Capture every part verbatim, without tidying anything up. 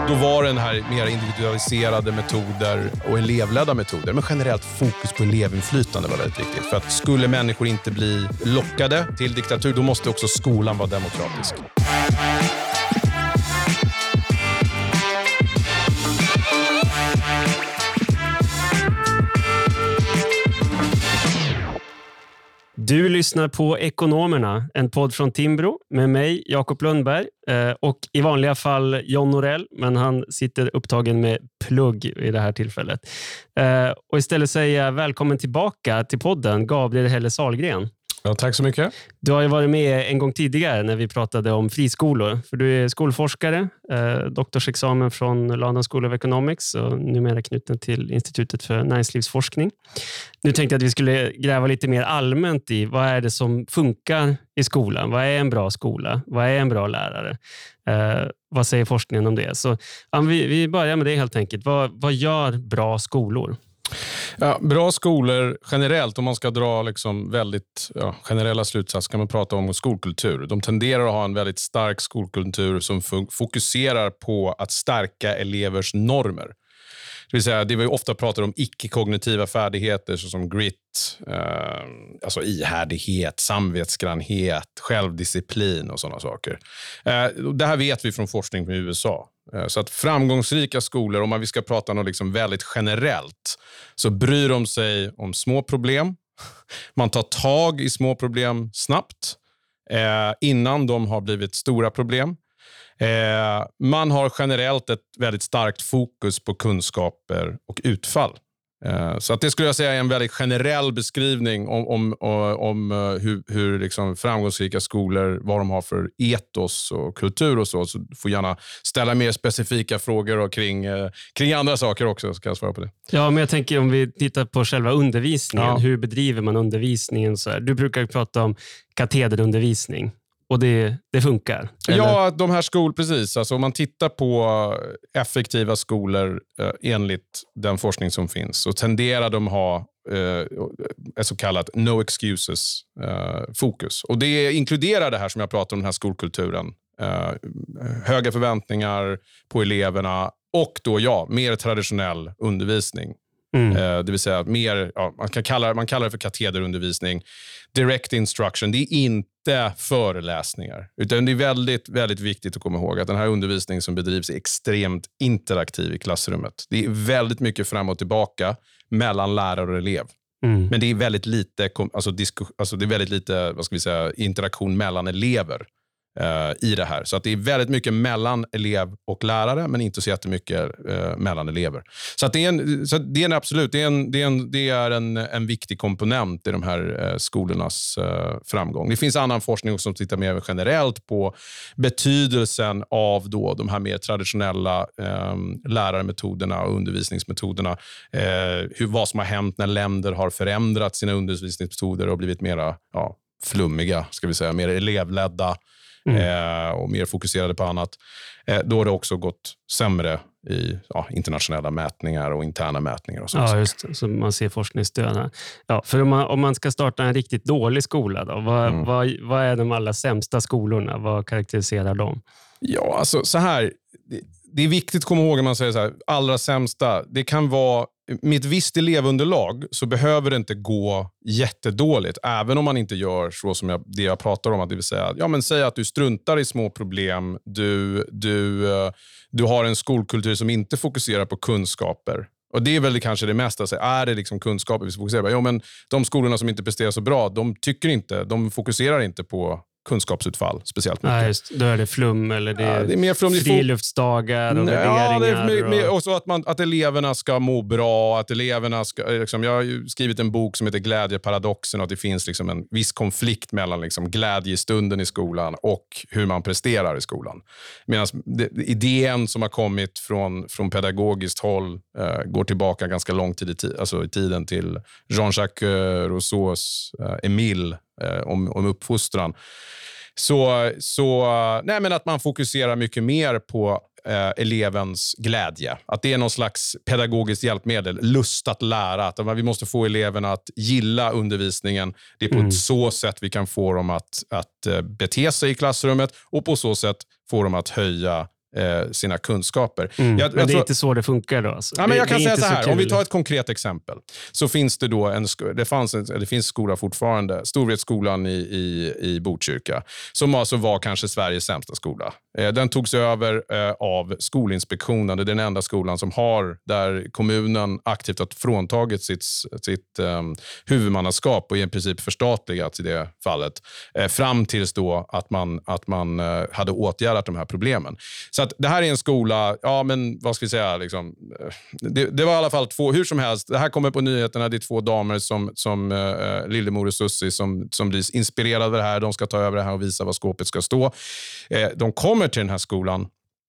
Då var den här mer individualiserade metoder och elevledda metoder. Men generellt fokus på elevinflytande var väldigt viktigt. För att skulle människor inte bli lockade till diktatur, då måste också skolan vara demokratisk. Du lyssnar på Ekonomerna, en podd från Timbro med mig, Jakob Lundberg, och i vanliga fall John Norell, men han sitter upptagen med plugg i det här tillfället. Och istället säger jag välkommen tillbaka till podden, Gabriel Helle Sahlgren. Ja, tack så mycket. Du har ju varit med en gång tidigare när vi pratade om friskolor. För du är skolforskare, eh, doktorsexamen från London School of Economics och numera knuten till Institutet för näringslivsforskning. Nu tänkte jag att vi skulle gräva lite mer allmänt i vad är det som funkar i skolan? Vad är en bra skola? Vad är en bra lärare? Eh, vad säger forskningen om det? Så ja, vi, vi börjar med det helt enkelt. Vad, vad gör bra skolor? Ja, bra skolor generellt, om man ska dra liksom väldigt ja, generella slutsatser, kan man prata om skolkultur. De tenderar att ha en väldigt stark skolkultur som fokuserar på att stärka elevers normer. Det vill säga, det vi ofta pratar om icke-kognitiva färdigheter såsom grit, eh, alltså ihärdighet, samvetsgrannhet, självdisciplin och sådana saker. Eh, det här vet vi från forskning från U S A. Eh, så att framgångsrika skolor, om man vi ska prata något liksom väldigt generellt, så bryr de sig om små problem. Man tar tag i små problem snabbt eh, innan de har blivit stora problem. Eh, man har generellt ett väldigt starkt fokus på kunskaper och utfall. Eh, så att det skulle jag säga är en väldigt generell beskrivning om, om, om, om hur, hur liksom framgångsrika skolor, vad de har för etos och kultur och så. Så du får gärna ställa mer specifika frågor och kring, eh, kring andra saker också, så kan jag svara på det. Ja, men jag tänker om vi tittar på själva undervisningen. Ja. Hur bedriver man undervisningen? Så här? Du brukar ju prata om katederundervisning. Och det, det funkar? Eller? Ja, de här skolor, precis. Alltså om man tittar på effektiva skolor eh, enligt den forskning som finns, så tenderar de ha eh, ett så kallat no excuses eh, fokus. Och det inkluderar det här som jag pratar om, den här skolkulturen. Eh, höga förväntningar på eleverna och då ja, mer traditionell undervisning. Mm. Eh, det vill säga mer, ja, man kan kalla, man kallar det för katederundervisning. Direct instruction, det är inte föreläsningar. Utan det är väldigt, väldigt viktigt att komma ihåg att den här undervisningen som bedrivs är extremt interaktiv i klassrummet. Det är väldigt mycket fram och tillbaka mellan lärare och elev. Mm. Men det är väldigt lite, alltså, disku, alltså det är väldigt lite, vad ska vi säga, interaktion mellan elever uh, i det här. Så att det är väldigt mycket mellan elev och lärare, men inte så jättemycket uh, mellan elever. Så att det är en, så det är en absolut, det är en, det är en, det är en, en viktig komponent i de här uh, skolornas uh, framgång. Det finns annan forskning som tittar mer generellt på betydelsen av då de här mer traditionella um, lärarmetoderna och undervisningsmetoderna. Uh, hur, vad som har hänt när länder har förändrat sina undervisningsmetoder och blivit mera ja, flummiga, ska vi säga, mer elevledda. Mm. Eh, och mer fokuserade på annat. Eh, då har det också gått sämre i ja, internationella mätningar och interna mätningar. Och sånt. Ja, just det. Så man ser forskningsstöd. Ja, för om man, om man ska starta en riktigt dålig skola, då, vad, mm. vad, vad är de allra sämsta skolorna? Vad karaktäriserar dem? Ja, alltså så här. Det, det är viktigt att komma ihåg när man säger så här, allra sämsta. Det kan vara, med ett visst elevunderlag så behöver det inte gå jättedåligt. Även om man inte gör så som jag, det jag pratar om. Det vill säga, ja men säg att du struntar i små problem. Du, du, du har en skolkultur som inte fokuserar på kunskaper. Och det är väl kanske det mesta. Så är det liksom kunskaper vi fokuserar på? Jo, men de skolorna som inte presterar så bra, de tycker inte, de fokuserar inte på kunskapsutfall speciellt mycket. Nej, just, då är det flum eller det är, ja, det är mer flum, friluftsdagar och värderingar. Ja, det är mer, mer, och så att, man, att eleverna ska må bra, att eleverna ska, liksom, jag har ju skrivit en bok som heter Glädjeparadoxen, och att det finns liksom en viss konflikt mellan liksom glädjestunden i skolan och hur man presterar i skolan. Medan idén som har kommit från, från pedagogiskt håll eh, går tillbaka ganska lång tid i, tid, alltså i tiden till Jean-Jacques Rousseaus eh, Emile eh, om, om uppfostran. Så, så nej, men att man fokuserar mycket mer på eh, elevens glädje. Att det är någon slags pedagogiskt hjälpmedel. Lust att lära. Att vi måste få eleverna att gilla undervisningen. Det är på mm. ett så sätt vi kan få dem att, att bete sig i klassrummet. Och på så sätt få dem att höja eh, sina kunskaper. Mm, jag, men jag det är tror, inte så det funkar då? Alltså. Ja, men jag det, kan det säga så så här, kul. om vi tar ett konkret exempel, så finns det då en, det fanns en, det finns skola fortfarande, Storvretskolan i, i, i Botkyrka, som alltså var kanske Sveriges sämsta skola. Eh, den togs över eh, av Skolinspektionen. Det är den enda skolan som har, där kommunen aktivt har fråntagit sitt, sitt eh, huvudmannaskap och i princip förstatligat i det fallet. Eh, fram tills då att man, att man eh, hade åtgärdat de här problemen. Så att det här är en skola, ja men vad ska vi säga, liksom, det, det var i alla fall två, hur som helst, det här kommer på nyheterna, det är två damer som, som eh, Lillemor och Sussi som, som blir inspirerade av det här, de ska ta över det här och visa vad skåpet ska stå. Eh, de kommer till den här skolan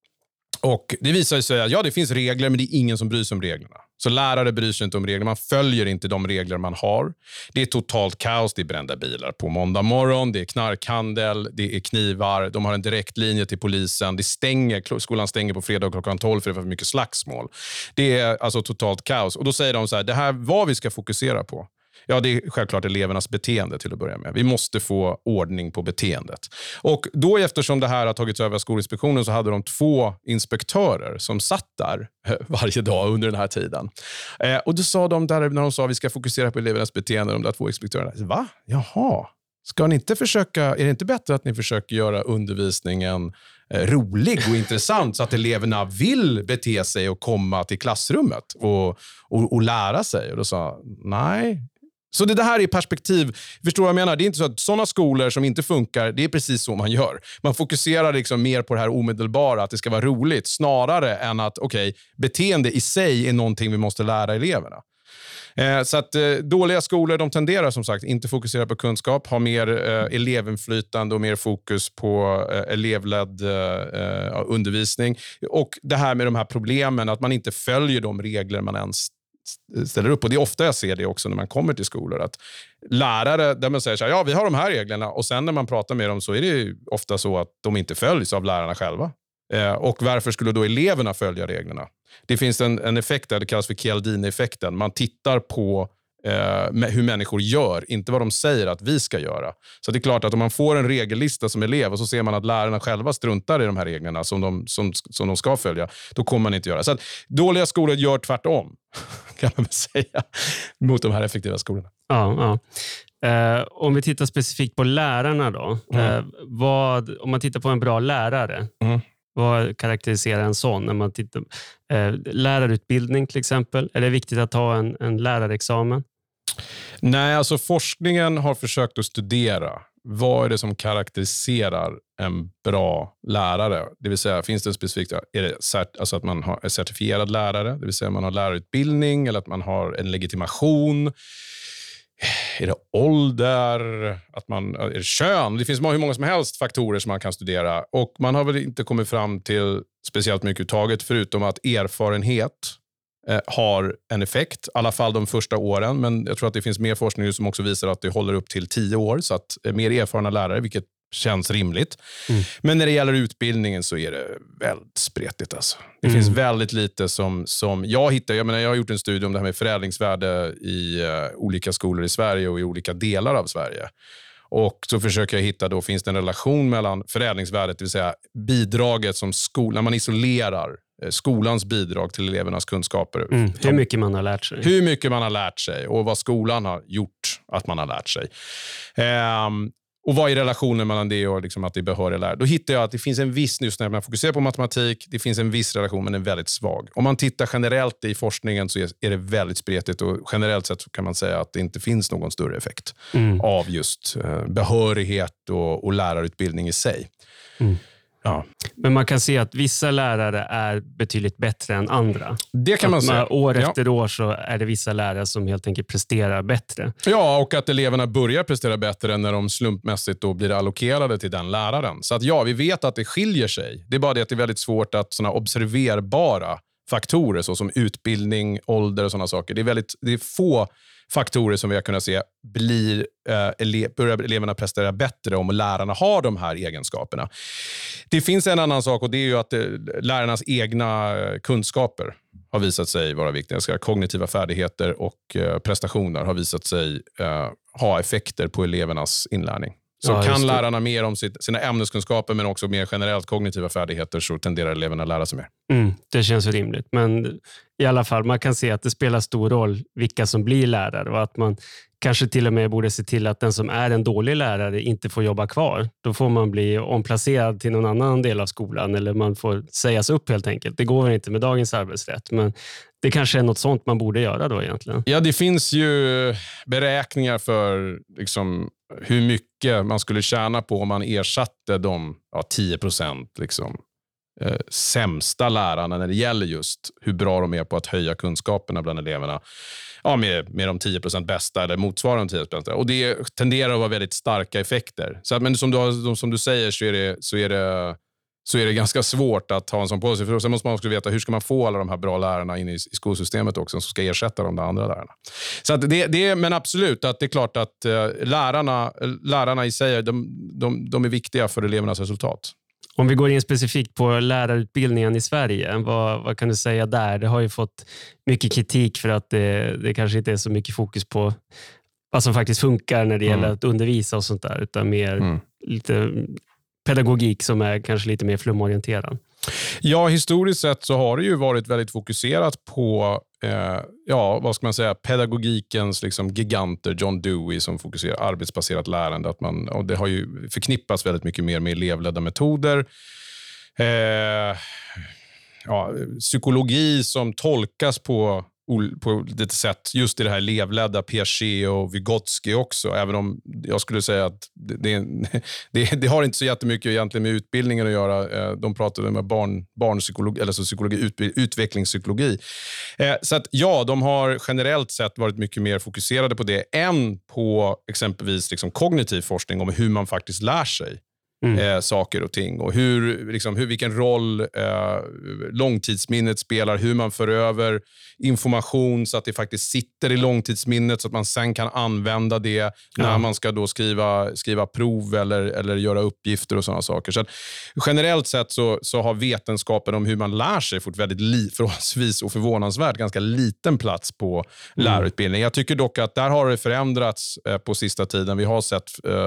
och det visar sig att ja, det finns regler, men det är ingen som bryr sig om reglerna. Så lärare bryr sig inte om regler. Man följer inte de regler man har. Det är totalt kaos. Det är brända bilar på måndag morgon. Det är knarkhandel. Det är knivar. De har en direktlinje till polisen. Det stänger, skolan stänger på fredag klockan tolv för det är för mycket slagsmål. Det är alltså totalt kaos. Och då säger de så här, det här vad vi ska fokusera på. Ja, det är självklart elevernas beteende till att börja med. Vi måste få ordning på beteendet. Och då eftersom det här har tagits över av Skolinspektionen så hade de två inspektörer som satt där varje dag under den här tiden. Eh, och då sa de där när de sa att vi ska fokusera på elevernas beteende, de där två inspektörerna. Va? Jaha. Ska ni inte försöka, är det inte bättre att ni försöker göra undervisningen eh, rolig och intressant så att eleverna vill bete sig och komma till klassrummet och, och, och lära sig? Och då sa nej. Så det här är perspektiv, förstår vad jag menar? Det är inte så att sådana skolor som inte funkar, det är precis så man gör. Man fokuserar liksom mer på det här omedelbara, att det ska vara roligt, snarare än att okej, okay, beteende i sig är någonting vi måste lära eleverna. Eh, så att eh, dåliga skolor, de tenderar som sagt inte fokusera på kunskap, ha mer eh, elevinflytande och mer fokus på eh, elevledd eh, undervisning. Och det här med de här problemen, att man inte följer de regler man ens ställer upp. Och det är ofta jag ser det också när man kommer till skolor. Att lärare, där man säger så här, ja vi har de här reglerna. Och sen när man pratar med dem så är det ju ofta så att de inte följs av lärarna själva. Eh, och varför skulle då eleverna följa reglerna? Det finns en, en effekt där, det kallas för Chialdini-effekten. Man tittar på eh, hur människor gör, inte vad de säger att vi ska göra. Så det är klart att om man får en regellista som elev och så ser man att lärarna själva struntar i de här reglerna som de, som, som de ska följa, då kommer man inte göra. Så att dåliga skolor gör tvärtom, kan man säga, mot de här effektiva skolorna. Ja, ja. Eh, om vi tittar specifikt på lärarna då. Mm. Eh, vad, om man tittar på en bra lärare, mm. vad karaktäriserar en sån? När man tittar, eh, lärarutbildning till exempel. Är det viktigt att ha en, en lärarexamen? Nej, alltså forskningen har försökt att studera vad är det som karaktäriserar en bra lärare. Det vill säga, finns det specifikt, är det cert, alltså att man har en certifierad lärare, det vill säga man har lärarutbildning eller att man har en legitimation. Är det ålder? Att man, är det kön? Det finns hur många som helst faktorer som man kan studera. Och man har väl inte kommit fram till speciellt mycket taget förutom att erfarenhet eh, har en effekt. I alla fall de första åren. Men jag tror att det finns mer forskning som också visar att det håller upp till tio år. Så att eh, mer erfarna lärare, vilket känns rimligt. Mm. Men när det gäller utbildningen så är det väldigt spretigt. Alltså. Det mm. finns väldigt lite som, som jag hittar. Jag menar, jag har gjort en studie om det här med förädlingsvärde i uh, olika skolor i Sverige och i olika delar av Sverige. Och så försöker jag hitta då, finns det en relation mellan förädlingsvärdet, det vill säga bidraget som skolan, när man isolerar eh, skolans bidrag till elevernas kunskaper. Mm. Hur mycket man har lärt sig. Hur mycket man har lärt sig och vad skolan har gjort att man har lärt sig. Um, Och vad är relationen mellan det och liksom att det är behöriga lärare? Då hittar jag att det finns en viss, just när man fokuserar på matematik, det finns en viss relation men den är väldigt svag. Om man tittar generellt i forskningen så är det väldigt spretigt och generellt sett så kan man säga att det inte finns någon större effekt mm. av just behörighet och, och lärarutbildning i sig. Mm. Ja. Men man kan se att vissa lärare är betydligt bättre än andra. Det kan man att säga. År ja. efter år så är det vissa lärare som helt enkelt presterar bättre. Ja, och att eleverna börjar prestera bättre när de slumpmässigt då blir allokerade till den läraren. Så att ja, vi vet att det skiljer sig. Det är bara det att det är väldigt svårt att såna observerbara faktorer såsom utbildning, ålder och sådana saker. Det är väldigt det är få faktorer som vi har kunnat se blir, eh, ele- börjar eleverna prestera bättre om lärarna har de här egenskaperna. Det finns en annan sak och det är ju att eh, lärarnas egna kunskaper har visat sig vara viktiga. Så kognitiva färdigheter och eh, prestationer har visat sig eh, ha effekter på elevernas inlärning. Så Ja, kan lärarna mer om sitt, sina ämneskunskaper men också mer generellt kognitiva färdigheter, så tenderar eleverna att lära sig mer. Mm, det känns rimligt. Men i alla fall, man kan se att det spelar stor roll vilka som blir lärare och att man kanske till och med borde se till att den som är en dålig lärare inte får jobba kvar. Då får man bli omplacerad till någon annan del av skolan eller man får sägas upp helt enkelt. Det går väl inte med dagens arbetsrätt, men det kanske är något sånt man borde göra då egentligen. Ja, det finns ju beräkningar för liksom, hur mycket man skulle tjäna på om man ersatte de ja, tio procent liksom, eh, sämsta lärarna när det gäller just hur bra de är på att höja kunskaperna bland eleverna. Ja, med, med de tio procent bästa eller motsvarande tio procent bästa. Och det tenderar att vara väldigt starka effekter. Så att, men som du, som du säger så är, det, så, är det, så är det ganska svårt att ha en sån policy. För sen måste man också veta hur ska man få alla de här bra lärarna in i, i skolsystemet också som ska ersätta de andra lärarna. Så att det, det, men absolut, att det är klart att eh, lärarna, lärarna i sig de, de, de är viktiga för elevernas resultat. Om vi går in specifikt på lärarutbildningen i Sverige, vad, vad kan du säga där? Det har ju fått mycket kritik för att det, det kanske inte är så mycket fokus på vad som faktiskt funkar när det gäller mm. att undervisa och sånt där, utan mer mm. lite pedagogik som är kanske lite mer flumorienterad. Ja, historiskt sett så har det ju varit väldigt fokuserat på eh, ja, vad ska man säga, pedagogikens liksom giganter, John Dewey, som fokuserar arbetsbaserat lärande. Att man, och det har ju förknippats väldigt mycket mer med elevledda metoder. Eh, ja, psykologi som tolkas på på ett sätt just i det här elevledda, Piaget och Vygotsky också, även om jag skulle säga att det, det, det har inte så jättemycket egentligen med utbildningen att göra. De pratade med barn, barnpsykologi, eller så psykologi, ut, utvecklingspsykologi. Så att ja, de har generellt sett varit mycket mer fokuserade på det än på exempelvis liksom kognitiv forskning om hur man faktiskt lär sig. Mm. Eh, saker och ting och hur, liksom, hur, vilken roll eh, långtidsminnet spelar, hur man för över information så att det faktiskt sitter i långtidsminnet så att man sen kan använda det ja. när man ska då skriva, skriva prov eller, eller göra uppgifter och sådana saker. Så att, generellt sett så, så har vetenskapen om hur man lär sig fått väldigt li, förhållandevis och förvånansvärt ganska liten plats på mm. lärarutbildning. Jag tycker dock att där har det förändrats eh, på sista tiden. Vi har sett eh,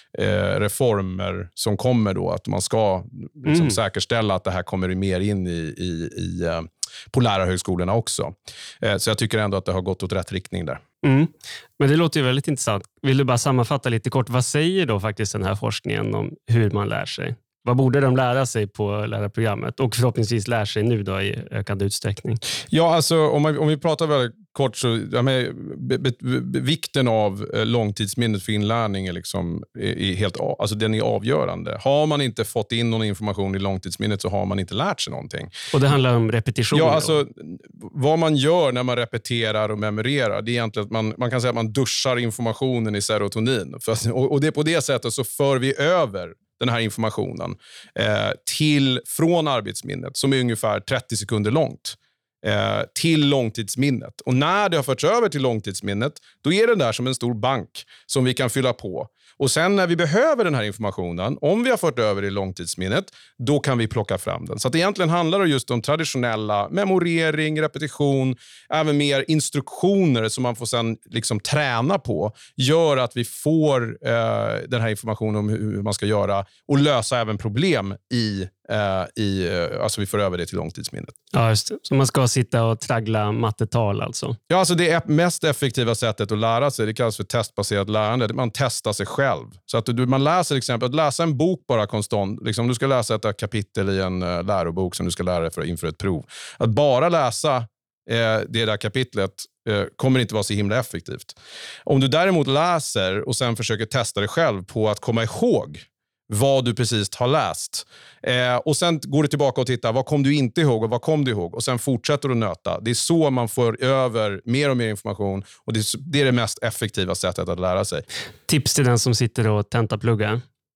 eh, reformer som kommer då, att man ska liksom mm. säkerställa att det här kommer mer in i, i, i, på lärarhögskolorna också. Så jag tycker ändå att det har gått åt rätt riktning där. Mm. Men det låter ju väldigt intressant. Vill du bara sammanfatta lite kort, vad säger då faktiskt den här forskningen om hur man lär sig? Vad borde de lära sig på lärarprogrammet och förhoppningsvis lär sig nu då i ökad utsträckning? Ja, alltså om, man, om vi pratar väldigt kort så ja, men, be, be, be, vikten av eh, långtidsminnet för inlärning är liksom är, är helt, alltså den är avgörande. Har man inte fått in någon information i långtidsminnet så har man inte lärt sig någonting. Och det handlar om repetition? Ja, alltså vad man gör när man repeterar och memorerar, det är egentligen att man, man kan säga att man duschar informationen i serotonin. För, och, och det på det sättet så för vi över den här informationen eh, till, från arbetsminnet som är ungefär trettio sekunder långt eh, till långtidsminnet. Och när det har förts över till långtidsminnet då är det där som en stor bank som vi kan fylla på. Och sen när vi behöver den här informationen, om vi har fört över i långtidsminnet, då kan vi plocka fram den. Så att egentligen handlar det just om traditionella memorering, repetition, även mer instruktioner som man får sen liksom träna på, gör att vi får eh, den här informationen om hur man ska göra och lösa även problem i Uh, i, uh, alltså vi får över det till långtidsminnet. Ja, just det. Så man ska sitta och traggla mattetal alltså? Ja, alltså det är mest effektiva sättet att lära sig. Det kallas för testbaserat lärande. Man testar sig själv. Så att du, man läser exempel, att läsa en bok bara konstant. Liksom, du ska läsa ett kapitel i en uh, lärobok som du ska lära dig för, inför ett prov. Att bara läsa uh, det där kapitlet uh, kommer inte vara så himla effektivt. Om du däremot läser och sen försöker testa dig själv på att komma ihåg vad du precis har läst. Eh, och sen går du tillbaka och tittar, vad kom du inte ihåg och vad kom du ihåg? Och sen fortsätter du nöta. Det är så man får över mer och mer information och det är det, är det mest effektiva sättet att lära sig. Tips till den som sitter och tentapluggar.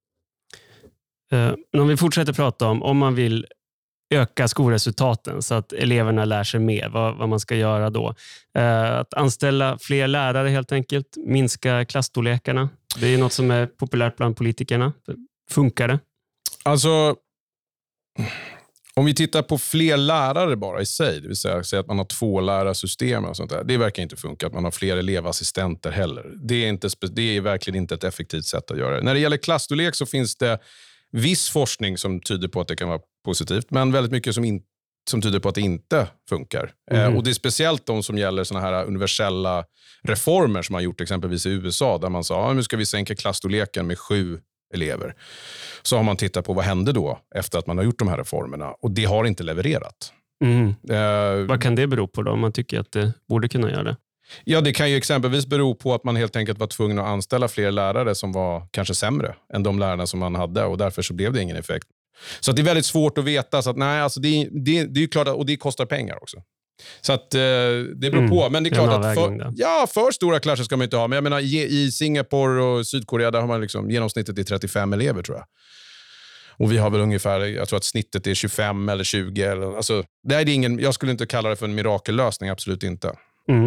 Eh, men om vi fortsätter prata om, om man vill öka skolresultaten så att eleverna lär sig mer, vad, vad man ska göra då. Eh, att anställa fler lärare helt enkelt, minska klassstorlekarna. Det är något som är populärt bland politikerna. Funkar det? Alltså, Om vi tittar på fler lärare bara i sig, det vill säga, säga att man har två lärarsystem och sånt där, det verkar inte funka. Att man har fler elevassistenter heller. Det är, inte, det är verkligen inte ett effektivt sätt att göra det. När det gäller klassstorlek så finns det viss forskning som tyder på att det kan vara positivt, men väldigt mycket som, in, som tyder på att det inte funkar. Mm. Eh, och det är speciellt de som gäller såna här universella reformer som man gjort exempelvis i U S A, där man sa att nu ska vi sänka klassstorleken med sju elever. Så har man tittat på vad hände då efter att man har gjort de här reformerna, och det har inte levererat. Mm. Eh, vad kan det bero på då, om man tycker att det borde kunna göra det? Ja, det kan ju exempelvis bero på att man helt enkelt var tvungen att anställa fler lärare som var kanske sämre än de lärarna som man hade, och därför så blev det ingen effekt. Så att det är väldigt svårt att veta, så att nej, alltså det, det, det är ju klart att, och det kostar pengar också. Så att eh, det beror mm, på, men det är klart att för, ja, för stora klasser ska man inte ha, men jag menar i, i Singapore och Sydkorea, där har man liksom genomsnittet är trettiofem elever tror jag. Och vi har väl ungefär, jag tror att snittet är tjugofem eller tjugo. Eller, alltså, det är ingen, jag skulle inte kalla det för en mirakellösning, absolut inte. Mm.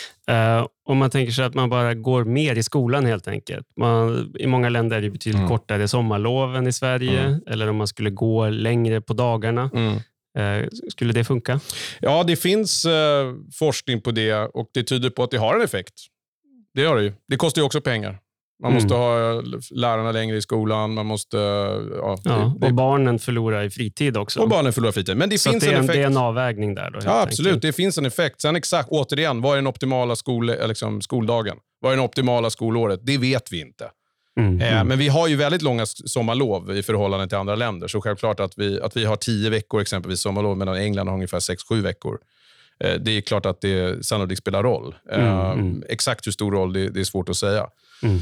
Uh, om man tänker sig att man bara går mer i skolan helt enkelt. Man, i många länder är det betydligt mm. kortare sommarlov än i Sverige. Mm. Eller om man skulle gå längre på dagarna. Mm. Uh, skulle det funka? Ja, det finns uh, forskning på det, och det tyder på att det har en effekt. Det gör det ju. Det kostar ju också pengar. Man måste mm. ha lärarna längre i skolan. Man måste, ja, ja, det, och barnen förlorar i fritid också. Och barnen förlorar fritid. Men det så finns det är en, en effekt. Det är en avvägning där då. Ja, absolut. Enkelt. Det finns en effekt. Sen exakt, återigen, vad är den optimala skol, liksom, skoldagen? Vad är den optimala skolåret? Det vet vi inte. Mm, eh, mm. Men vi har ju väldigt långa sommarlov i förhållande till andra länder. Så självklart att vi, att vi har tio veckor exempelvis sommarlov, medan England har ungefär sex sju veckor. Eh, det är klart att det sannolikt spelar roll. Eh, mm, mm. Exakt hur stor roll, det, det är svårt att säga. Mm.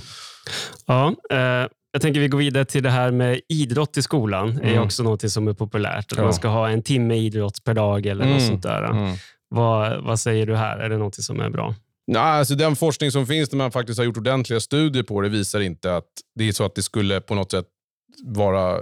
Ja, eh, jag tänker vi går vidare till det här med idrott i skolan. Det mm. är också något som är populärt. Att ja. Man ska ha en timme idrott per dag eller mm. något sånt där. Mm. Vad, vad säger du här? Är det något som är bra? Nej, alltså den forskning som finns där man faktiskt har gjort ordentliga studier på det visar inte att det är så att det skulle på något sätt vara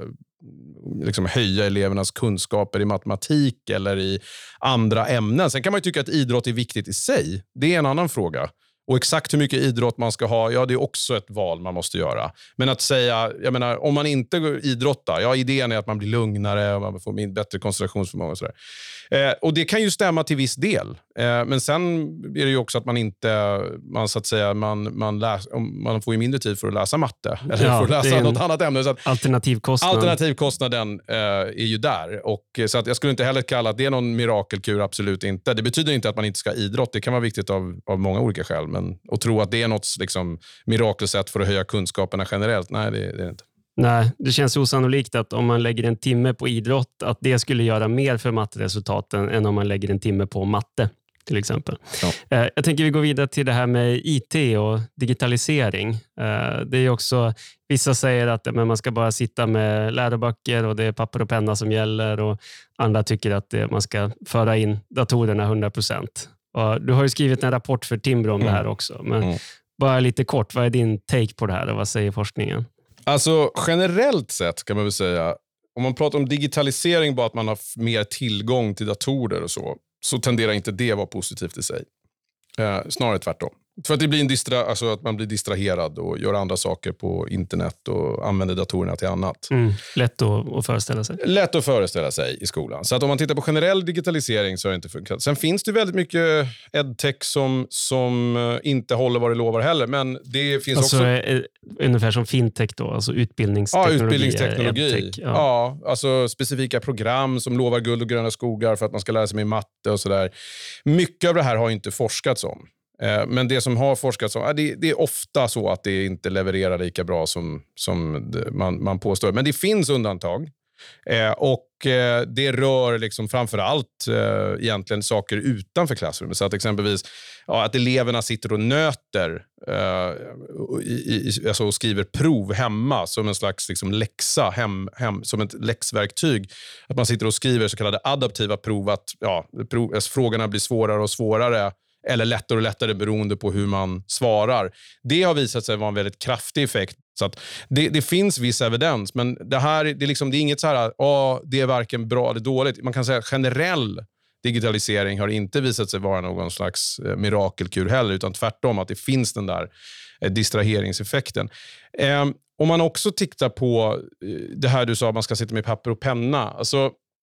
liksom höja elevernas kunskaper i matematik eller i andra ämnen. Sen kan man ju tycka att idrott är viktigt i sig. Det är en annan fråga. Och exakt hur mycket idrott man ska ha, ja det är också ett val man måste göra. Men att säga, jag menar, om man inte idrottar, ja idén är att man blir lugnare och man får bättre koncentrationsförmåga och sådär. Eh, och det kan ju stämma till viss del. Eh, men sen är det ju också att man inte, man så att säga, man, man, läs, man får ju mindre tid för att läsa matte. Eller ja, för att läsa något annat ämne. Så att alternativkostnad. Alternativkostnaden eh, är ju där. Och, så att jag skulle inte heller kalla att det är någon mirakelkur, absolut inte. Det betyder inte att man inte ska idrott. Det kan vara viktigt av, av många olika skäl. Men att tro att det är något liksom, mirakelsätt för att höja kunskaperna generellt, nej det, det är det inte. Nej, det känns osannolikt att om man lägger en timme på idrott att det skulle göra mer för matteresultaten än om man lägger en timme på matte till exempel. Ja. Jag tänker vi går vidare till det här med I T och digitalisering. Det är också, vissa säger att men man ska bara sitta med läroböcker och det är papper och penna som gäller, och andra tycker att det, man ska föra in datorerna hundra procent. Och du har ju skrivit en rapport för Timbro om mm. det här också, men mm. bara lite kort, vad är din take på det här och vad säger forskningen? Alltså generellt sett kan man väl säga, om man pratar om digitalisering, bara att man har mer tillgång till datorer och så, så tenderar inte det vara positivt i sig. Eh, snarare tvärtom. För att det blir en distra- alltså att man blir distraherad och gör andra saker på internet och använder datorerna till annat. Mm. Lätt att, att föreställa sig. Lätt att föreställa sig i skolan. Så att om man tittar på generell digitalisering så har det inte funkat. Sen finns det väldigt mycket edtech som, som inte håller vad det lovar heller. Men det finns alltså, också... Eh, ungefär som fintech då, alltså utbildningsteknologi. Ja, utbildningsteknologi. Ja. ja, alltså specifika program som lovar guld och gröna skogar för att man ska lära sig med matte och sådär. Mycket av det här har inte forskats om. Men det som har forskats om, det, det är ofta så att det inte levererar lika bra som, som man, man påstår. Men det finns undantag. Eh, och eh, det rör liksom framförallt eh, egentligen saker utanför klassrummet. Så att exempelvis ja, att eleverna sitter och nöter eh, i, i, alltså och skriver prov hemma som en slags liksom, läxa, hem, hem, som ett läxverktyg. Att man sitter och skriver så kallade adaptiva prov, att ja, prov, alltså, frågorna blir svårare och svårare eller lättare och lättare beroende på hur man svarar. Det har visat sig vara en väldigt kraftig effekt. Så att det, det finns viss evidens, men det här det är, liksom, det är inget så här, åh, det är varken bra eller dåligt. Man kan säga att generell digitalisering har inte visat sig vara någon slags eh, mirakelkur heller, utan tvärtom att det finns den där eh, distraheringseffekten. Eh, om man också tittar på eh, det här du sa, att man ska sitta med papper och penna. Alltså,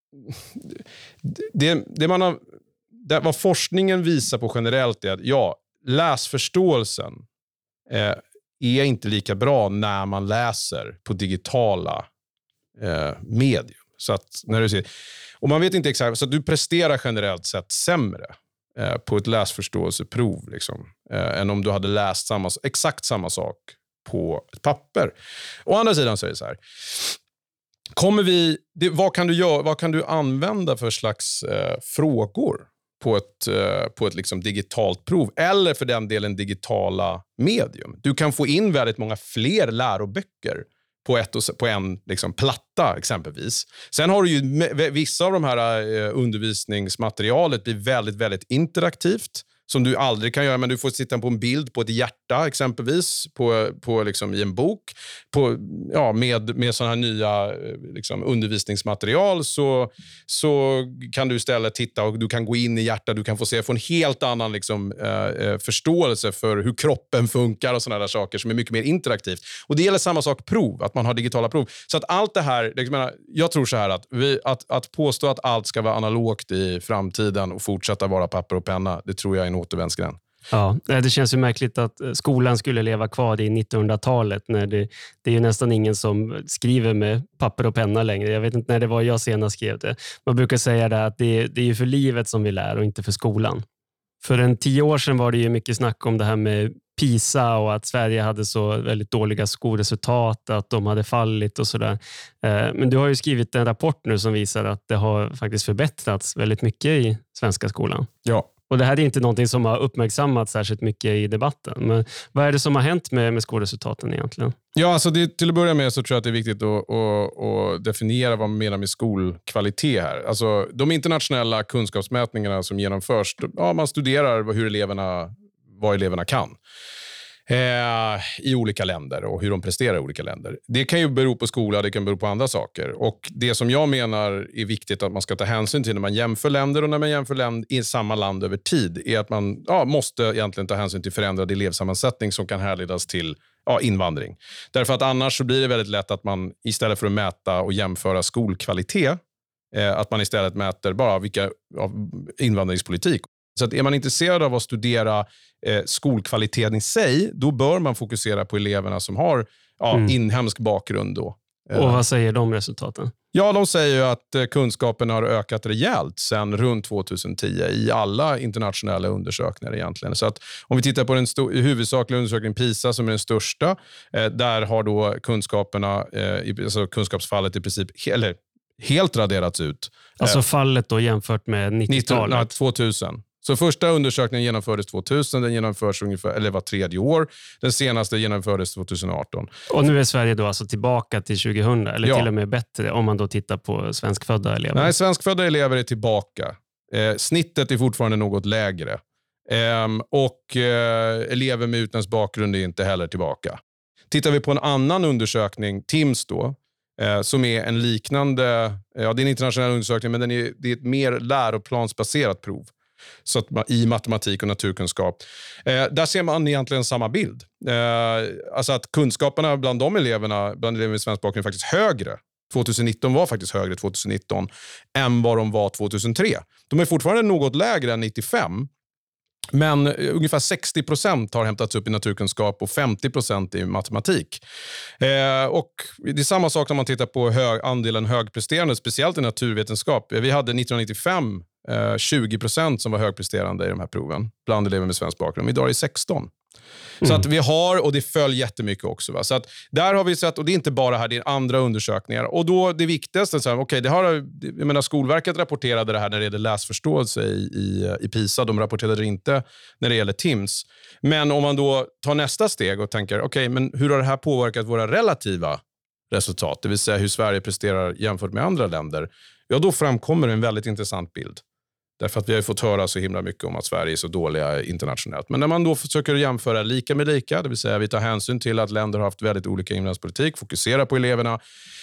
det, det man har, det, vad forskningen visar på generellt är att ja, läsförståelsen eh, är inte lika bra när man läser på digitala eh, medium. Så att när du ser, och man vet inte exakt, så att du presterar generellt sett sämre eh, på ett läsförståelseprov liksom, eh, än om du hade läst samma, exakt samma sak på ett papper. Å andra sidan så är det så här. Kommer vi, det, vad, kan du göra, vad kan du använda för slags eh, frågor på ett, eh, på ett liksom digitalt prov? Eller för den delen digitala medium. Du kan få in väldigt många fler läroböcker på, ett och, på en liksom, platta exempelvis. Sen har du ju vissa av de här eh, undervisningsmaterialet blir väldigt, väldigt interaktivt. Som du aldrig kan göra, men du får sitta på en bild på ett hjärta exempelvis, på, på liksom i en bok. På, ja, med med sådana här nya liksom, undervisningsmaterial så, så kan du istället titta och du kan gå in i hjärta, du kan få se, få en helt annan liksom, eh, förståelse för hur kroppen funkar och sådana där saker som är mycket mer interaktivt. Och det gäller samma sak prov, att man har digitala prov. Så att allt det här, jag, menar, jag tror så här att, vi, att, att påstå att allt ska vara analogt i framtiden och fortsätta vara papper och penna, det tror jag är en återvändsgränd. Ja, det känns ju märkligt att skolan skulle leva kvar i nittonhundratalet när det, det är ju nästan ingen som skriver med papper och penna längre. Jag vet inte när det var jag senast skrev det. Man brukar säga det att det, det är ju för livet som vi lär och inte för skolan. För en tio år sedan var det ju mycket snack om det här med PISA och att Sverige hade så väldigt dåliga skolresultat, att de hade fallit och sådär. Men du har ju skrivit en rapport nu som visar att det har faktiskt förbättrats väldigt mycket i svenska skolan. Ja. Och det här är inte någonting som har uppmärksammats särskilt mycket i debatten. Men vad är det som har hänt med, med skolresultaten egentligen? Ja, alltså det, till att börja med så tror jag att det är viktigt att, att, att definiera vad man menar med skolkvalitet här. Alltså de internationella kunskapsmätningarna som genomförs, ja, man studerar hur eleverna, vad eleverna kan. Eh, i olika länder och hur de presterar i olika länder. Det kan ju bero på skola, det kan bero på andra saker. Och det som jag menar är viktigt att man ska ta hänsyn till när man jämför länder och när man jämför länder i samma land över tid är att man ja, måste egentligen ta hänsyn till förändrad elevsammansättning som kan härledas till ja, invandring. Därför att annars så blir det väldigt lätt att man istället för att mäta och jämföra skolkvalitet eh, att man istället mäter bara vilka ja, invandringspolitik. Så att är man intresserad av att studera eh, skolkvaliteten i sig, då bör man fokusera på eleverna som har ja, mm. inhemsk bakgrund. Då. Och vad säger de resultaten? Ja, de säger ju att eh, kunskapen har ökat rejält sedan runt tjugohundratio i alla internationella undersökningar egentligen. Så att om vi tittar på den sto- huvudsakliga undersökningen PISA som är den största, eh, där har då kunskaperna, eh, i, alltså kunskapsfallet i princip, eller helt raderats ut. Alltså fallet då jämfört med nittiotalet? nitton, nej, tvåtusen. Så första undersökningen genomfördes tvåtusen, den genomförs ungefär, eller var tredje år. Den senaste genomfördes tjugoarton. Och nu är Sverige då alltså tillbaka till tjugohundra, eller ja. till och med bättre om man då tittar på svenskfödda elever? Nej, svenskfödda elever är tillbaka. Eh, snittet är fortfarande något lägre. Eh, och eh, elever med utländsk bakgrund är inte heller tillbaka. Tittar vi på en annan undersökning, TIMSS då, eh, som är en liknande, ja det är en internationell undersökning men den är, det är ett mer läroplansbaserat prov. Så att man, i matematik och naturkunskap. Eh, där ser man egentligen samma bild. Eh, alltså att kunskaperna bland de eleverna, bland elever med svensk bakgrund är faktiskt högre. tjugonitton var faktiskt högre tjugonitton än vad de var tjugohundratre. De är fortfarande något lägre än nittiofem. Men ungefär sextio procent har hämtats upp i naturkunskap och femtio procent i matematik. Eh, och det är samma sak när man tittar på hög, andelen högpresterande, speciellt i naturvetenskap. Vi hade nittonhundranittiofem eh, tjugo procent som var högpresterande i de här proven bland elever med svensk bakgrund. Idag är det sexton. Mm. Så att vi har, och det följer jättemycket också. Va? Så att där har vi sett, och det är inte bara här, det är andra undersökningar. Och då det viktigaste, så här, okay, det har, jag menar, Skolverket rapporterade det här när det gäller läsförståelse i, i, i PISA. De rapporterade det inte när det gäller TIMSS. Men om man då tar nästa steg och tänker, okej, okay, men hur har det här påverkat våra relativa resultat? Det vill säga hur Sverige presterar jämfört med andra länder. Ja, då framkommer en väldigt intressant bild. Därför att vi har fått höra så himla mycket om att Sverige är så dåliga internationellt. Men när man då försöker jämföra lika med lika, det vill säga vi tar hänsyn till att länder har haft väldigt olika invandringspolitik, fokuserar på eleverna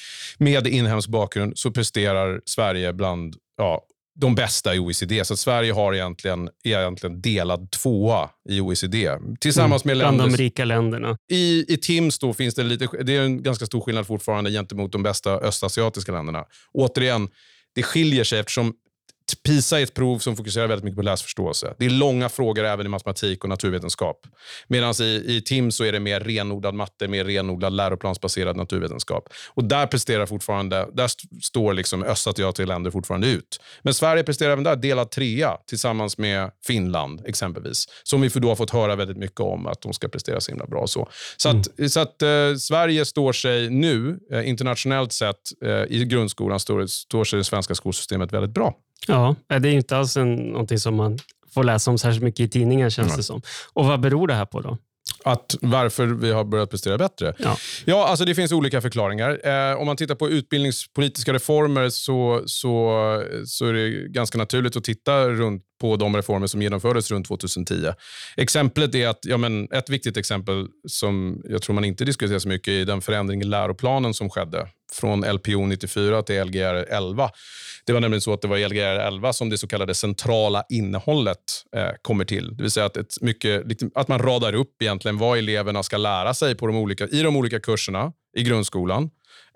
med inhemsk bakgrund, så presterar Sverige bland ja, de bästa i O E C D. Så att Sverige har egentligen, egentligen delad tvåa i O E C D. Tillsammans med mm, bland länder, de rika länderna. I, i TIMSS då finns det lite, det är en ganska stor skillnad fortfarande gentemot de bästa östasiatiska länderna. Återigen, det skiljer sig eftersom PISA är ett prov som fokuserar väldigt mycket på läsförståelse. Det är långa frågor även i matematik och naturvetenskap. Medan i, i Tim så är det mer renodlad matte, mer renodlad läroplansbaserad naturvetenskap. Och där presterar fortfarande, där st- står liksom östasiatiska länder fortfarande ut. Men Sverige presterar även där delad trea tillsammans med Finland exempelvis. Som vi för då har fått höra väldigt mycket om att de ska prestera så himla bra. Så, så att, mm. så att eh, Sverige står sig nu eh, internationellt sett eh, i grundskolan står, står sig det svenska skolsystemet väldigt bra. Ja, det är ju inte alls en, någonting som man får läsa om särskilt mycket i tidningen känns mm. det som. Och vad beror det här på då? Att varför vi har börjat prestera bättre. Ja, ja alltså det finns olika förklaringar. Eh, om man tittar på utbildningspolitiska reformer så, så, så är det ganska naturligt att titta runt på de reformer som genomfördes runt tjugohundratio. Exemplet är att, ja men ett viktigt exempel som jag tror man inte diskuterar så mycket i den förändring i läroplanen som skedde från L P O nittiofyra till L G R elva. Det var nämligen så att det var i L G R elva som det så kallade centrala innehållet eh, kommer till. Det vill säga att, ett mycket, att man radar upp egentligen vad eleverna ska lära sig på de olika, i de olika kurserna i grundskolan.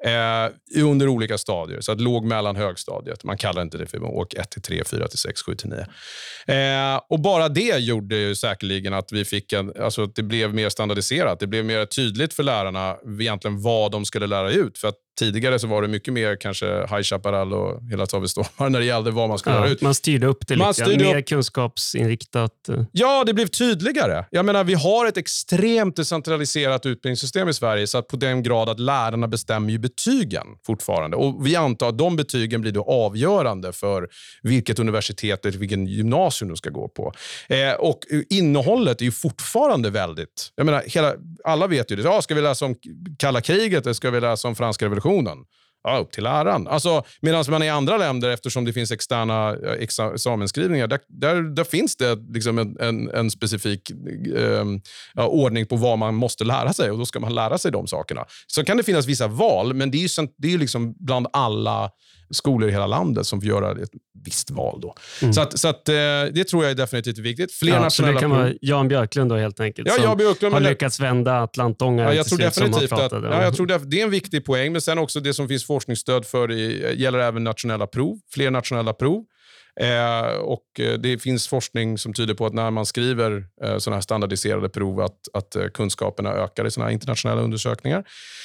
Eh, under olika stadier, så att låg mellan högstadiet. Man kallar inte det för åk ett till tre, fyra till sex, sju till nio. Eh, och bara det gjorde ju säkerligen att vi fick en, alltså att det blev mer standardiserat. Det blev mer tydligt för lärarna egentligen vad de skulle lära ut. För att tidigare så var det mycket mer kanske High Chaparral och hela Tavestormar när det gällde vad man skulle ja, lära ut. Man styrde upp det lite, styrde mer upp... kunskapsinriktat. Ja, det blev tydligare. Jag menar, vi har ett extremt decentraliserat utbildningssystem i Sverige så att på den grad att lärarna bestämmer ju betygen fortfarande. Och vi antar att de betygen blir då avgörande för vilket universitet eller vilken gymnasium du ska gå på. Eh, och innehållet är ju fortfarande väldigt... Jag menar, hela, alla vet ju det. Ja, ska vi läsa om kalla kriget eller ska vi läsa om franska revolutionen? Ja, upp till läraren. Alltså, medan man i andra länder, eftersom det finns externa examensskrivningar, där, där, där finns det liksom en, en, en specifik eh, ja, ordning på vad man måste lära sig och då ska man lära sig de sakerna. Så kan det finnas vissa val, men det är ju, det är ju liksom bland alla skolor i hela landet som får göra ett visst val då. Mm. Så, att, så att, det tror jag är definitivt viktigt. Fler ja, nationella... Så det kan vara Jan Björklund då helt enkelt, ja, som Jan Björklund, har men... lyckats vända Atlantångar. Ja, jag tror definitivt att, att ja, jag tror det, det är en viktig poäng, men sen också det som finns forskningsstöd för i, gäller även nationella prov, fler nationella prov. Eh, och det finns forskning som tyder på att när man skriver eh, sådana här standardiserade prov att, att eh, kunskaperna ökar i sådana här internationella undersökningar.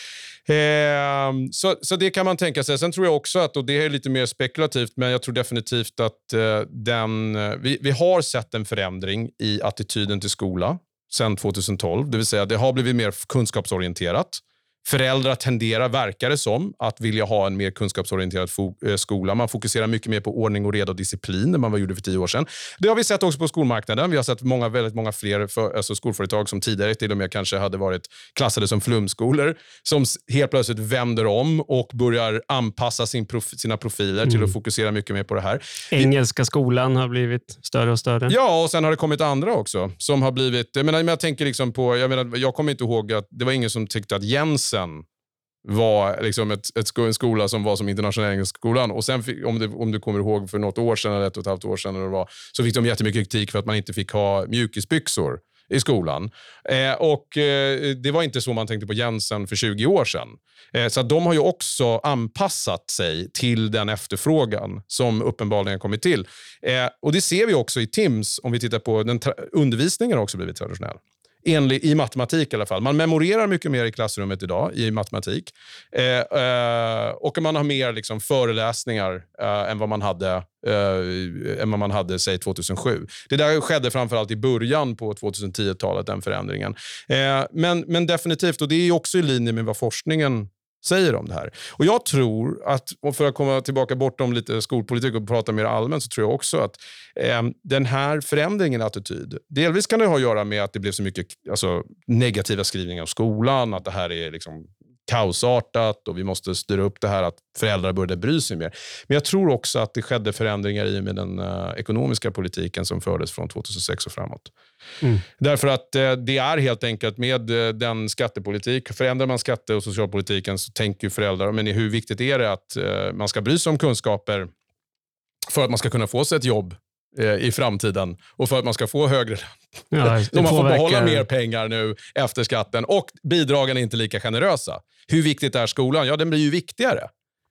Eh, så, så det kan man tänka sig. Sen tror jag också att, och det är lite mer spekulativt, men jag tror definitivt att eh, den, vi, vi har sett en förändring i attityden till skola sedan tjugotolv. Det vill säga det har blivit mer kunskapsorienterat. Föräldrar tenderar, verkar det som, att vilja ha en mer kunskapsorienterad fo- äh, skola. Man fokuserar mycket mer på ordning och reda och disciplin än man var gjorde för tio år sedan. Det har vi sett också på skolmarknaden. Vi har sett många, väldigt många fler för, alltså skolföretag som tidigare till och med kanske hade varit klassade som flumskolor som helt plötsligt vänder om och börjar anpassa sin prof- sina profiler mm. till att fokusera mycket mer på det här. Engelska skolan har blivit större och större. Ja, och sen har det kommit andra också som har blivit... Jag menar, jag tänker liksom på... Jag, menar, jag kommer inte ihåg att det var ingen som tyckte att Jensen var liksom ett, ett, en skola som var som internationella engelska skolan. Och sen, fick, om, det, om du kommer ihåg för något år sedan eller ett och ett halvt år sedan eller det var, så fick de jättemycket kritik för att man inte fick ha mjukisbyxor i skolan. Eh, och eh, det var inte så man tänkte på Jensen för tjugo år sedan. Eh, så att de har ju också anpassat sig till den efterfrågan som uppenbarligen kommit till. Eh, och det ser vi också i Tims, om vi tittar på den tra- undervisningen har också blivit traditionell. Enlig, i matematik i alla fall. Man memorerar mycket mer i klassrummet idag i matematik. Eh, eh, och man har mer liksom, föreläsningar eh, än vad man hade eh, än vad man hade säg tjugohundrasju. Det där skedde framförallt i början på tjugotio-talet, den förändringen. Eh, men, men definitivt, och det är också i linje med vad forskningen säger om det här. Och jag tror att, och för att komma tillbaka bortom lite skolpolitik och prata mer allmänt, så tror jag också att eh, den här förändringen i attityd, delvis kan det ha att göra med att det blev så mycket alltså, negativa skrivningar om skolan, att det här är liksom kaosartat och vi måste styra upp det här att föräldrar började bry sig mer. Men jag tror också att det skedde förändringar i med den uh, ekonomiska politiken som fördes från tjugohundrasex och framåt. Mm. Därför att uh, det är helt enkelt med uh, den skattepolitik, förändrar man skatte- och socialpolitiken så tänker ju föräldrar, men hur viktigt är det att uh, man ska bry sig om kunskaper för att man ska kunna få sig ett jobb i framtiden och för att man ska få högre ja, de man får behålla mer pengar nu efter skatten och bidragen är inte lika generösa. Hur viktigt är skolan? Ja, den blir ju viktigare.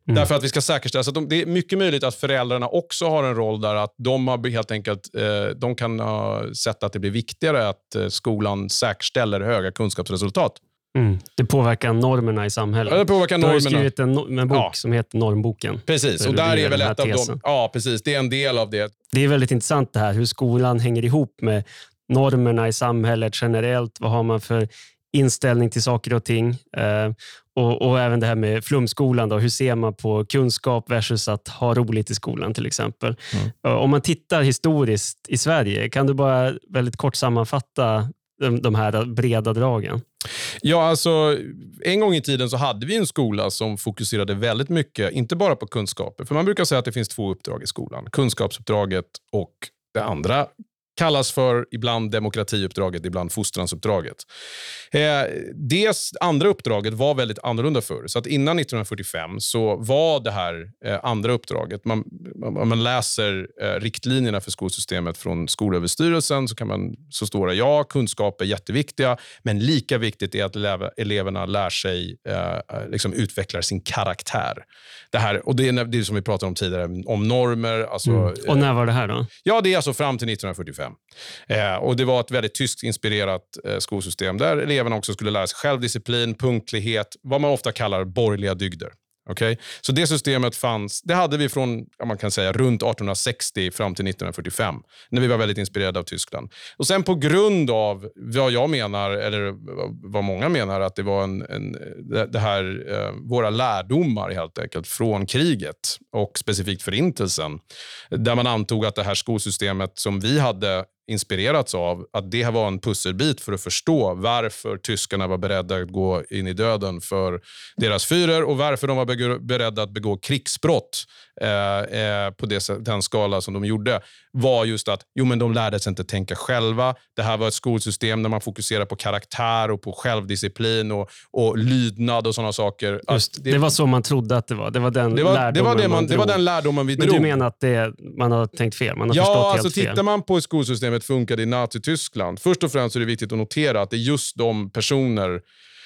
Mm. Därför att vi ska säkerställa så att de, det är mycket möjligt att föräldrarna också har en roll där, att de har helt enkelt eh, de kan ha sett att det blir viktigare att eh, skolan säkerställer höga kunskapsresultat. Mm. Det påverkar normerna i samhället. Ja, det påverkar normerna. Du har skrivit en, en bok ja. som heter Normboken. Precis, och där är väl ett av dem. Ja, precis. Det är en del av det. Det är väldigt intressant det här, hur skolan hänger ihop med normerna i samhället generellt. Vad har man för inställning till saker och ting? Eh, och, och även det här med flumskolan. Då. Hur ser man på kunskap versus att ha roligt i skolan till exempel? Mm. Om man tittar historiskt i Sverige, kan du bara väldigt kort sammanfatta de, de här breda dragen? Ja, alltså en gång i tiden så hade vi en skola som fokuserade väldigt mycket, inte bara på kunskaper. För man brukar säga att det finns två uppdrag i skolan. Kunskapsuppdraget och det andra kallas för ibland demokratiuppdraget, ibland fostransuppdraget. Eh, det andra uppdraget var väldigt annorlunda förr. Så att innan nittonhundrafyrtiofem så var det här eh, andra uppdraget. Man, om man läser eh, riktlinjerna för skolsystemet från Skolöverstyrelsen så, kan man, så står det ja, kunskap är jätteviktiga, men lika viktigt är att elev, eleverna lär sig eh, liksom utvecklar sin karaktär. Det här, och det är det som vi pratade om tidigare, om normer. Alltså, mm. Och när var det här då? Ja, det är alltså fram till nittonhundrafyrtiofem. Eh, och det var ett väldigt tyskt inspirerat eh, skolsystem där eleverna också skulle lära sig självdisciplin, punktlighet, vad man ofta kallar borgerliga dygder. Okay? Så det systemet fanns, det hade vi från, man kan säga, runt artonhundrasextio fram till nittonhundrafyrtiofem, när vi var väldigt inspirerade av Tyskland. Och sen på grund av vad jag menar, eller vad många menar, att det var en, en det här, eh, våra lärdomar helt enkelt från kriget och specifikt förintelsen, där man antog att det här skolsystemet som vi hade inspirerats av, att det var en pusselbit för att förstå varför tyskarna var beredda att gå in i döden för deras fyrer och varför de var beredda att begå krigsbrott eh, eh, på det, den skala som de gjorde, var just att jo, men de lärde sig inte tänka själva. Det här var ett skolsystem där man fokuserar på karaktär och på självdisciplin och, och lydnad och sådana saker. Just, det, det var så man trodde att det var. Det var den det var, lärdomen det var det man, man det var den lärdomen vi Men drog. du menar att det, man har tänkt fel? Man har ja, förstått helt alltså fel. Tittar man på skolsystemet funkade i Nazi-Tyskland. Först och främst är det viktigt att notera att det är just de personer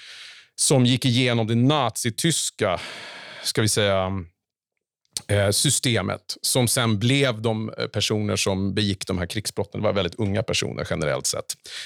som gick igenom det nazityska, ska vi säga, systemet som sen blev de personer som begick de här krigsbrotten. Det var väldigt unga personer generellt sett.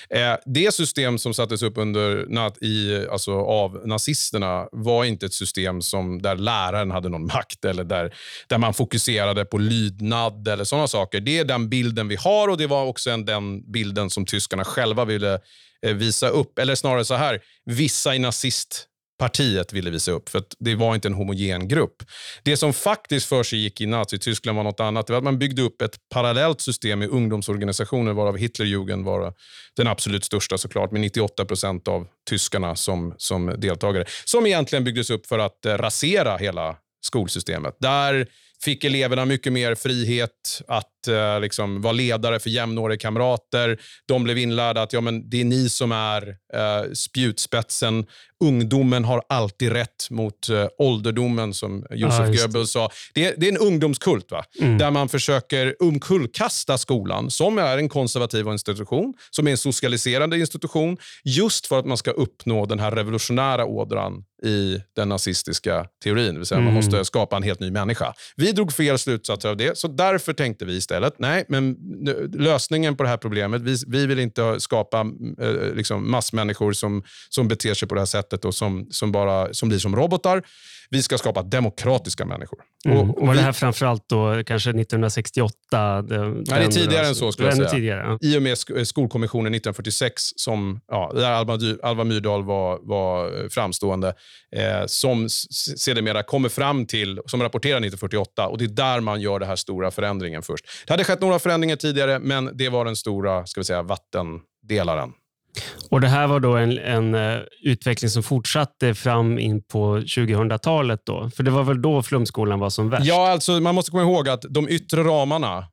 Det system som sattes upp under, i, alltså av nazisterna var inte ett system som, där läraren hade någon makt eller där, där man fokuserade på lydnad eller sådana saker. Det är den bilden vi har och det var också en, den bilden som tyskarna själva ville visa upp. Eller snarare så här, vissa i nazist partiet ville visa upp, för att det var inte en homogen grupp. Det som faktiskt för sig gick i Nazi-Tyskland var något annat. Det var att man byggde upp ett parallellt system med ungdomsorganisationer, varav Hitlerjugend var den absolut största såklart, med nittioåtta procent av tyskarna som, som deltagare. Som egentligen byggdes upp för att eh, rasera hela skolsystemet. Där fick eleverna mycket mer frihet att eh, liksom vara ledare för jämnåriga kamrater. De blev inlärda att ja, men det är ni som är eh, spjutspetsen. Ungdomen har alltid rätt mot eh, ålderdomen, som Josef ah, Goebbels sa. Det är, det är en ungdomskult, va? Mm. Där man försöker umkullkasta skolan, som är en konservativ institution, som är en socialiserande institution, just för att man ska uppnå den här revolutionära ådran i den nazistiska teorin. Det vill säga mm. man måste skapa en helt ny människa. Vi drog fel slutsatser av det, så därför tänkte vi istället, nej, men lösningen på det här problemet, vi, vi vill inte skapa eh, liksom massmänniskor som, som beter sig på det här sättet och som, som, bara, som blir som robotar. Vi ska skapa demokratiska människor. Mm. Och, och var vi, det här framförallt då kanske nittonhundrasextioåtta? Det, nej, det är tidigare än så skulle jag säga. Tidigare, ja. I och med skolkommissionen nittonhundrafyrtiosex som, ja, där Alva, Alva Myrdal var, var framstående, eh, som sedermera kommer fram till, som rapporterar nittonhundrafyrtioåtta, och det är där man gör den här stora förändringen först. Det hade skett några förändringar tidigare, men det var den stora, ska vi säga, vattendelaren. Och det här var då en, en uh, utveckling som fortsatte fram in på tjugohundratalet då? För det var väl då flumskolan var som värst? Ja, alltså man måste komma ihåg att de yttre ramarna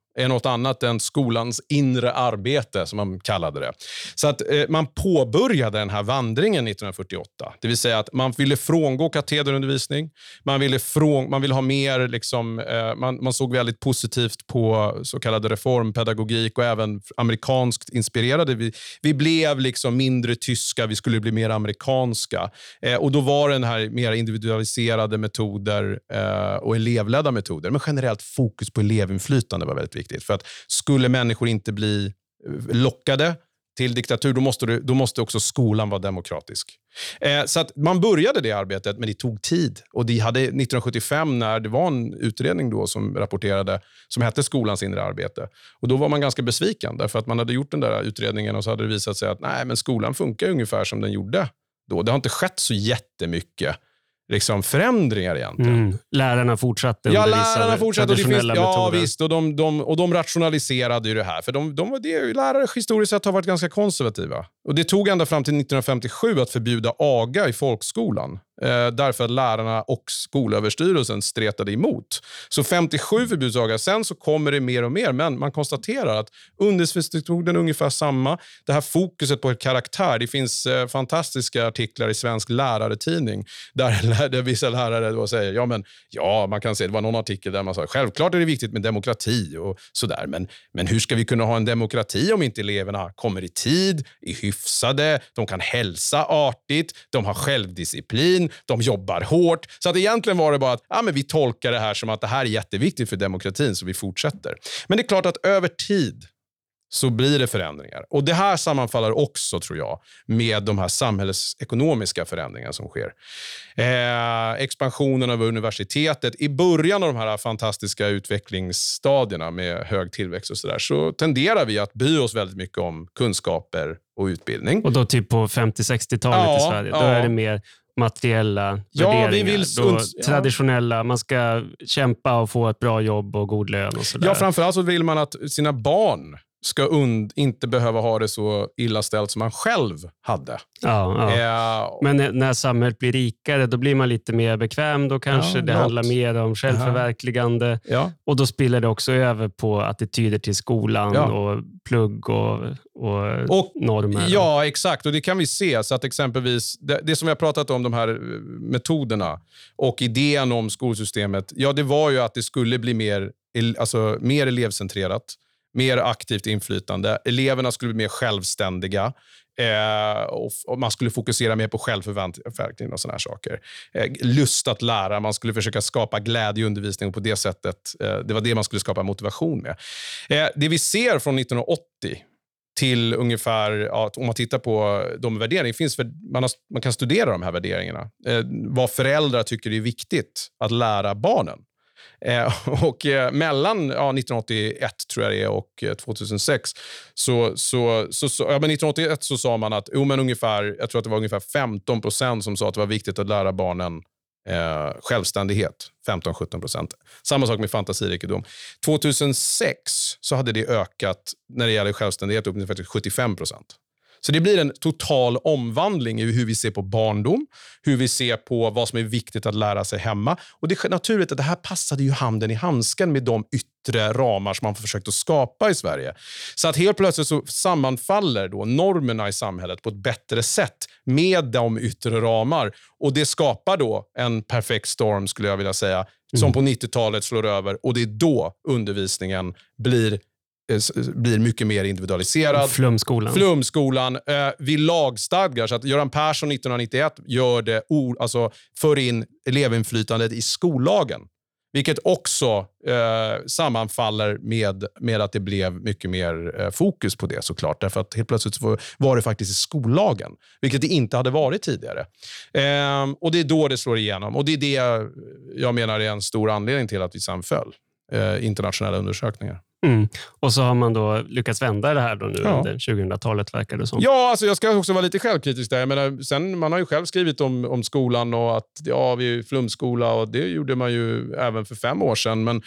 är något annat än skolans inre arbete, som man kallade det. Så att eh, man påbörjade den här vandringen nittonhundrafyrtioåtta. Det vill säga att man ville frångå katederundervisning. Man ville, från, man ville ha mer, liksom, eh, man, man såg väldigt positivt på så kallad reformpedagogik och även amerikanskt inspirerade. Vi, vi blev liksom mindre tyska, vi skulle bli mer amerikanska. Eh, och då var den här mer individualiserade metoder eh, och elevledda metoder. Men generellt fokus på elevinflytande var väldigt viktigt. För att skulle människor inte bli lockade till diktatur, då måste, du, då måste också skolan vara demokratisk. Eh, så att man började det arbetet, men det tog tid. Och de hade nittonhundrasjuttiofem, när det var en utredning då som rapporterade, som hette Skolans inre arbete. Och då var man ganska besviken, därför att man hade gjort den där utredningen och så hade det visat sig att nej, men skolan funkar ungefär som den gjorde då. Det har inte skett så jättemycket liksom förändringar egentligen. Mm. Lärarna fortsatte ja, lärarna fortsatte traditionella och det finns, ja, metoder. visst, och de, de, och de rationaliserade ju det här. För de, de, de, lärare historiskt sett har varit ganska konservativa. Och det tog ända fram till nittonhundrafemtiosju att förbjuda aga i folkskolan. Eh, därför att lärarna och skolöverstyrelsen stretade emot. Så femtiosju förbjuds aga. Sen så kommer det mer och mer. Men man konstaterar att undervisningsmetoden är ungefär samma. Det här fokuset på karaktär. Det finns eh, fantastiska artiklar i Svensk läraretidning. Där, där vissa lärare då säger, ja men ja, man kan se, det var någon artikel där man sa, självklart är det viktigt med demokrati och sådär. Men, men hur ska vi kunna ha en demokrati om inte eleverna kommer i tid, är hyfsade, de kan hälsa artigt, de har självdisciplin, de jobbar hårt. Så att egentligen var det bara att ja, men vi tolkar det här som att det här är jätteviktigt för demokratin, så vi fortsätter. Men det är klart att över tid så blir det förändringar. Och det här sammanfaller också, tror jag, med de här samhällsekonomiska förändringarna som sker. Eh, expansionen av universitetet. I början av de här fantastiska utvecklingsstadierna med hög tillväxt och sådär, så tenderar vi att bry oss väldigt mycket om kunskaper och utbildning. Och då typ på femtio-sextiotalet ja, i Sverige, då ja. är det mer materiella ja, värderingar. Vi vill då traditionella, man ska kämpa och få ett bra jobb och god lön och sådär. Ja, framförallt så vill man att sina barn ska und- inte behöva ha det så illa ställt som man själv hade. Ja, ja. Eh, Men när, när samhället blir rikare, då blir man lite mer bekväm. Då kanske ja, det något. handlar mer om självförverkligande. Ja. Och då spiller det också över på attityder till skolan ja. och plugg och, och, och normer. Ja, exakt. Och det kan vi se. Så att exempelvis, det, det som vi har pratat om, de här metoderna och idén om skolsystemet, ja, det var ju att det skulle bli mer, alltså, mer elevcentrerat. Mer aktivt inflytande. Eleverna skulle bli mer självständiga. Eh, och, och man skulle fokusera mer på självförverkligande och såna här saker. Eh, lust att lära. Man skulle försöka skapa glädje i undervisningen på det sättet. Eh, det var det man skulle skapa motivation med. Eh, det vi ser från nittonhundraåttio till ungefär, ja, om man tittar på de värderingarna, finns för, man, har, man kan studera de här värderingarna. Eh, vad föräldrar tycker är viktigt att lära barnen. Eh, och eh, mellan ja, nittonhundraåttioett tror jag det är och eh, tvåtusensex så, så, så, så, ja, men nittonhundraåttioett så sa man att jo, men ungefär, jag tror att det var ungefär femton procent som sa att det var viktigt att lära barnen eh, självständighet. femton till sjutton procent. Samma sak med fantasirikedom. tvåtusensex så hade det ökat när det gäller självständighet upp till faktiskt sjuttiofem procent. Så det blir en total omvandling i hur vi ser på barndom, hur vi ser på vad som är viktigt att lära sig hemma. Och det är naturligt att det här passade ju handen i handsken med de yttre ramar som man försökt att skapa i Sverige. Så att helt plötsligt så sammanfaller då normerna i samhället på ett bättre sätt med de yttre ramar. Och det skapar då en perfekt storm, skulle jag vilja säga, som mm. på nittiotalet slår över. Och det är då undervisningen blir blir mycket mer individualiserad. Flumskolan. Flumskolan. Eh, vi lagstadgar så att Göran Persson nittonhundranittioett gör det, alltså för in elevinflytandet i skollagen. Vilket också eh, sammanfaller med, med att det blev mycket mer eh, fokus på det såklart. Därför att helt plötsligt var det faktiskt i skollagen. Vilket det inte hade varit tidigare. Eh, och det är då det slår igenom. Och det är det jag menar är en stor anledning till att vi samföll. Eh, internationella undersökningar. Mm. Och så har man då lyckats vända det här då nu ja. under tjugohundratalet verkar det som. Ja, alltså jag ska också vara lite självkritisk där. Jag menar, sen, man har ju själv skrivit om, om skolan och att ja, vi är flumskola och det gjorde man ju även för fem år sedan. Men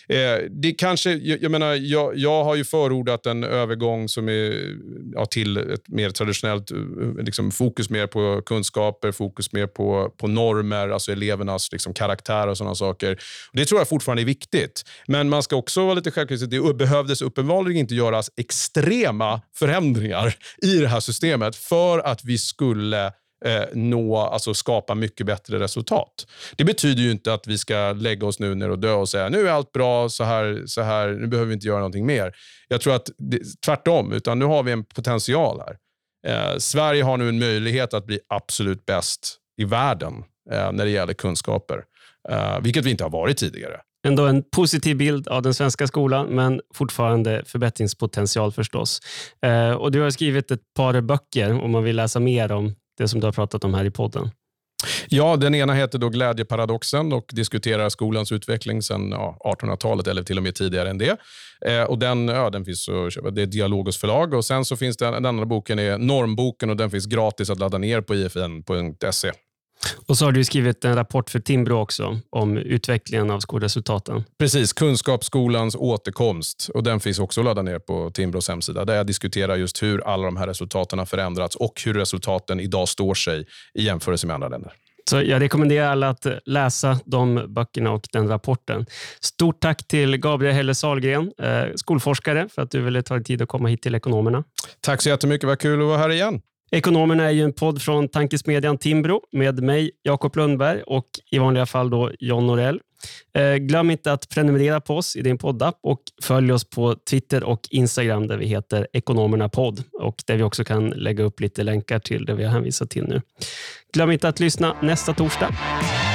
Eh, det kanske, jag, jag menar, jag, jag har ju förordat en övergång som är ja, till ett mer traditionellt liksom, fokus mer på kunskaper, fokus mer på, på normer, alltså elevernas liksom, karaktär och sådana saker. Och det tror jag fortfarande är viktigt. Men man ska också vara lite självklart, det behövdes uppenbarligen inte göras extrema förändringar i det här systemet för att vi skulle Eh, nå, alltså skapa mycket bättre resultat. Det betyder ju inte att vi ska lägga oss nu ner och dö och säga nu är allt bra, så här, så här, nu behöver vi inte göra någonting mer. Jag tror att det, tvärtom, utan nu har vi en potential här. Eh, Sverige har nu en möjlighet att bli absolut bäst i världen eh, när det gäller kunskaper, eh, vilket vi inte har varit tidigare. Ändå en positiv bild av den svenska skolan, men fortfarande förbättringspotential förstås. Eh, och du har skrivit ett par böcker om man vill läsa mer om det som du har pratat om här i podden. Ja, den ena heter då Glädjeparadoxen och diskuterar skolans utveckling sedan ja, artonhundratalet eller till och med tidigare än det. Eh, och den, ja, den finns så, det är Dialogos förlag, och sen så finns det, den andra boken är Normboken och den finns gratis att ladda ner på i f n punkt se. Och så har du skrivit en rapport för Timbro också om utvecklingen av skolresultaten. Precis, Kunskapsskolans återkomst, och den finns också att ladda ner på Timbros hemsida där jag diskuterar just hur alla de här resultaten har förändrats och hur resultaten idag står sig i jämförelse med andra länder. Så jag rekommenderar alla att läsa de böckerna och den rapporten. Stort tack till Gabriel Helle Sahlgren, eh, skolforskare, för att du ville ta dig tid att komma hit till Ekonomerna. Tack så jättemycket, vad kul att vara här igen. Ekonomerna är ju en podd från tankesmedjan Timbro med mig, Jakob Lundberg, och i vanliga fall då John Norell. Eh, glöm inte att prenumerera på oss i din poddapp och följ oss på Twitter och Instagram där vi heter Ekonomerna podd och där vi också kan lägga upp lite länkar till det vi har hänvisat till nu. Glöm inte att lyssna nästa torsdag.